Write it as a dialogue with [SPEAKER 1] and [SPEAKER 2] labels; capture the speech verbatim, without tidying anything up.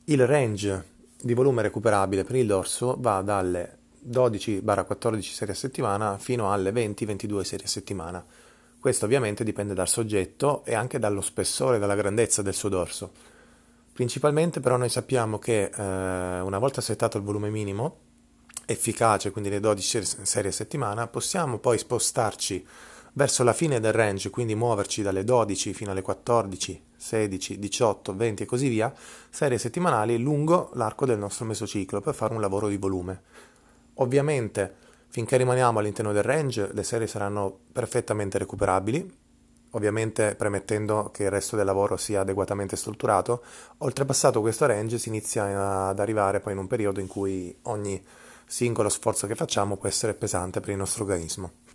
[SPEAKER 1] Il range di volume recuperabile per il dorso va dalle dodici quattordici serie a settimana fino alle venti ventidue serie a settimana. Questo ovviamente dipende dal soggetto e anche dallo spessore e dalla grandezza del suo dorso. Principalmente però noi sappiamo che eh, una volta settato il volume minimo, efficace, quindi le dodici serie a settimana, possiamo poi spostarci verso la fine del range, quindi muoverci dalle dodici fino alle quattordici, sedici, diciotto, venti e così via, serie settimanali lungo l'arco del nostro mesociclo per fare un lavoro di volume. Ovviamente, finché rimaniamo all'interno del range, le serie saranno perfettamente recuperabili, ovviamente premettendo che il resto del lavoro sia adeguatamente strutturato. Oltrepassato questo range si inizia ad arrivare poi in un periodo in cui ogni singolo sforzo che facciamo può essere pesante per il nostro organismo.